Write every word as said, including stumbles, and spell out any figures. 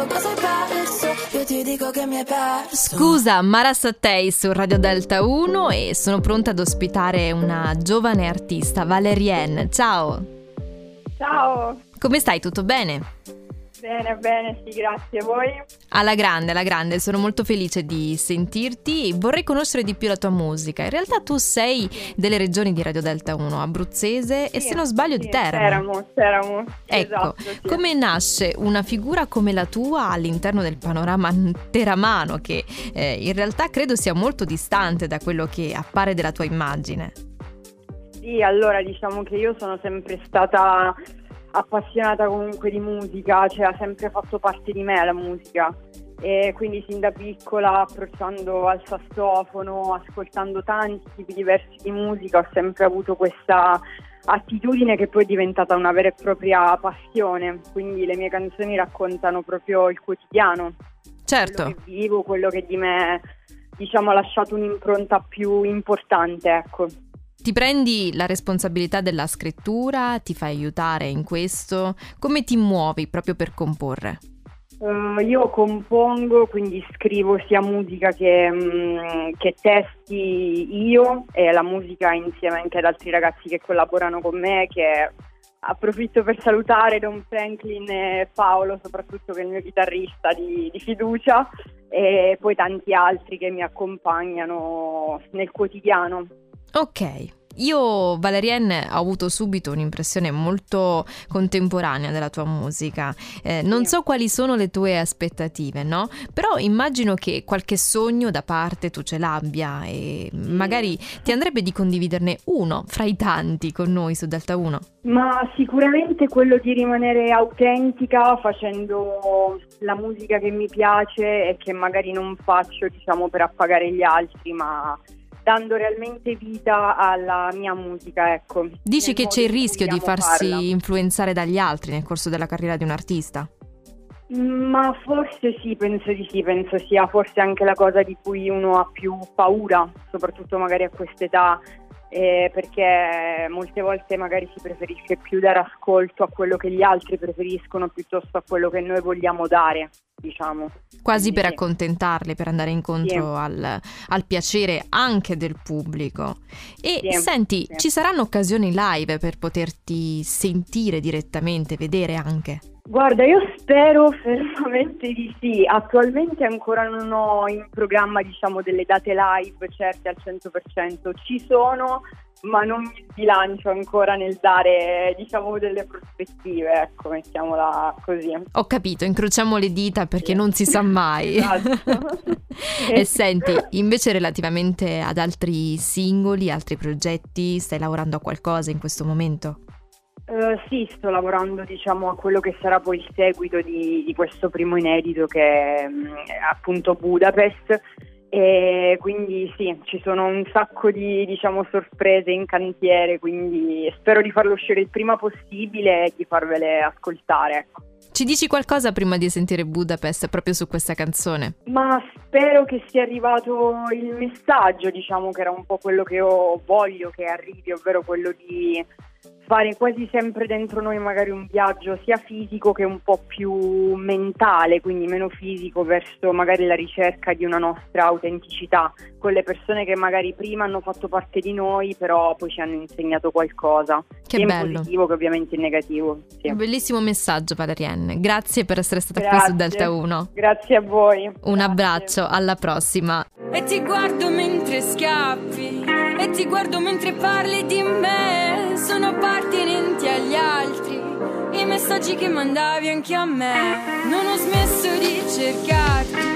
cosa hai perso, io ti dico che mi hai perso. Scusa, Mara Sattei su Radio Delta uno e sono pronta ad ospitare una giovane artista, Valerienne. Ciao! Ciao! Come stai? Tutto bene? Bene, bene, sì, grazie. Voi? Alla grande, alla grande, sono molto felice di sentirti. Vorrei conoscere di più la tua musica. In realtà tu sei delle regioni di Radio Delta uno, abruzzese Sì, e se non sbaglio sì, di Teramo. Teramo, Teramo. Ecco, Esatto, sì. come nasce una figura come la tua all'interno del panorama teramano che eh, in realtà credo sia molto distante da quello che appare della tua immagine? Sì, allora diciamo che io sono sempre stata appassionata comunque di musica, cioè ha sempre fatto parte di me la musica, e quindi sin da piccola, approcciando al sassofono, ascoltando tanti tipi diversi di musica, ho sempre avuto questa attitudine che poi è diventata una vera e propria passione. Quindi le mie canzoni raccontano proprio il quotidiano, Certo. quello che vivo, quello che di me, diciamo, ha lasciato un'impronta più importante, ecco. Ti prendi la responsabilità della scrittura, ti fai aiutare in questo? Come ti muovi proprio per comporre? Uh, io compongo, quindi scrivo sia musica che, mh, che testi io, e la musica insieme anche ad altri ragazzi che collaborano con me, che approfitto per salutare, Don Franklin e Paolo, soprattutto, che è il mio chitarrista di, di fiducia, e poi tanti altri che mi accompagnano nel quotidiano. Ok, io Valerienne ho avuto subito un'impressione molto contemporanea della tua musica, eh, non so quali sono le tue aspettative, no? Però immagino che qualche sogno da parte tu ce l'abbia e magari ti andrebbe di condividerne uno fra i tanti con noi su Delta uno. Ma sicuramente quello di rimanere autentica, facendo la musica che mi piace e che magari non faccio, diciamo, per appagare gli altri, ma dando realmente vita alla mia musica, ecco. Dici che c'è il rischio di farsi farla. influenzare dagli altri nel corso della carriera di un artista? Ma forse sì, penso di sì, penso sia forse anche la cosa di cui uno ha più paura, soprattutto magari a quest'età, eh, perché molte volte magari si preferisce più dare ascolto a quello che gli altri preferiscono piuttosto a quello che noi vogliamo dare, diciamo. Quasi Quindi per sì. accontentarli, per andare incontro Sì. al, al piacere anche del pubblico. E Sì, senti, sì. ci saranno occasioni live per poterti sentire direttamente, vedere anche? Guarda, io spero fermamente di sì. Attualmente ancora non ho in programma, diciamo, delle date live certe al cento per cento. Ci sono, ma non mi sbilancio ancora nel dare, diciamo, delle prospettive, ecco, mettiamola così. Ho capito, incrociamo le dita perché Sì. non si sa mai. Esatto. E senti, invece relativamente ad altri singoli, altri progetti, stai lavorando a qualcosa in questo momento? Uh, sì, sto lavorando, diciamo, a quello che sarà poi il seguito di, di questo primo inedito, che è mh, appunto Budapest, e quindi sì, ci sono un sacco di, diciamo, sorprese in cantiere, quindi spero di farlo uscire il prima possibile e di farvele ascoltare, ecco. Ci dici qualcosa prima di sentire Budapest proprio su questa canzone? Ma spero che sia arrivato il messaggio, diciamo, che era un po' quello che io voglio che arrivi, ovvero quello di fare quasi sempre dentro noi magari un viaggio sia fisico che un po' più mentale, quindi meno fisico, verso magari la ricerca di una nostra autenticità, con le persone che magari prima hanno fatto parte di noi, però poi ci hanno insegnato qualcosa, Che sia bello. in positivo che ovviamente in negativo. Sì. Un bellissimo messaggio, Valerienne. Grazie per essere stata Grazie. qui su Delta uno. Grazie a voi. Un Grazie. abbraccio, alla prossima. E ti guardo mentre scappi, e ti guardo mentre parli di me. Sono appartenenti agli altri i messaggi che mandavi anche a me. Non ho smesso di cercarti,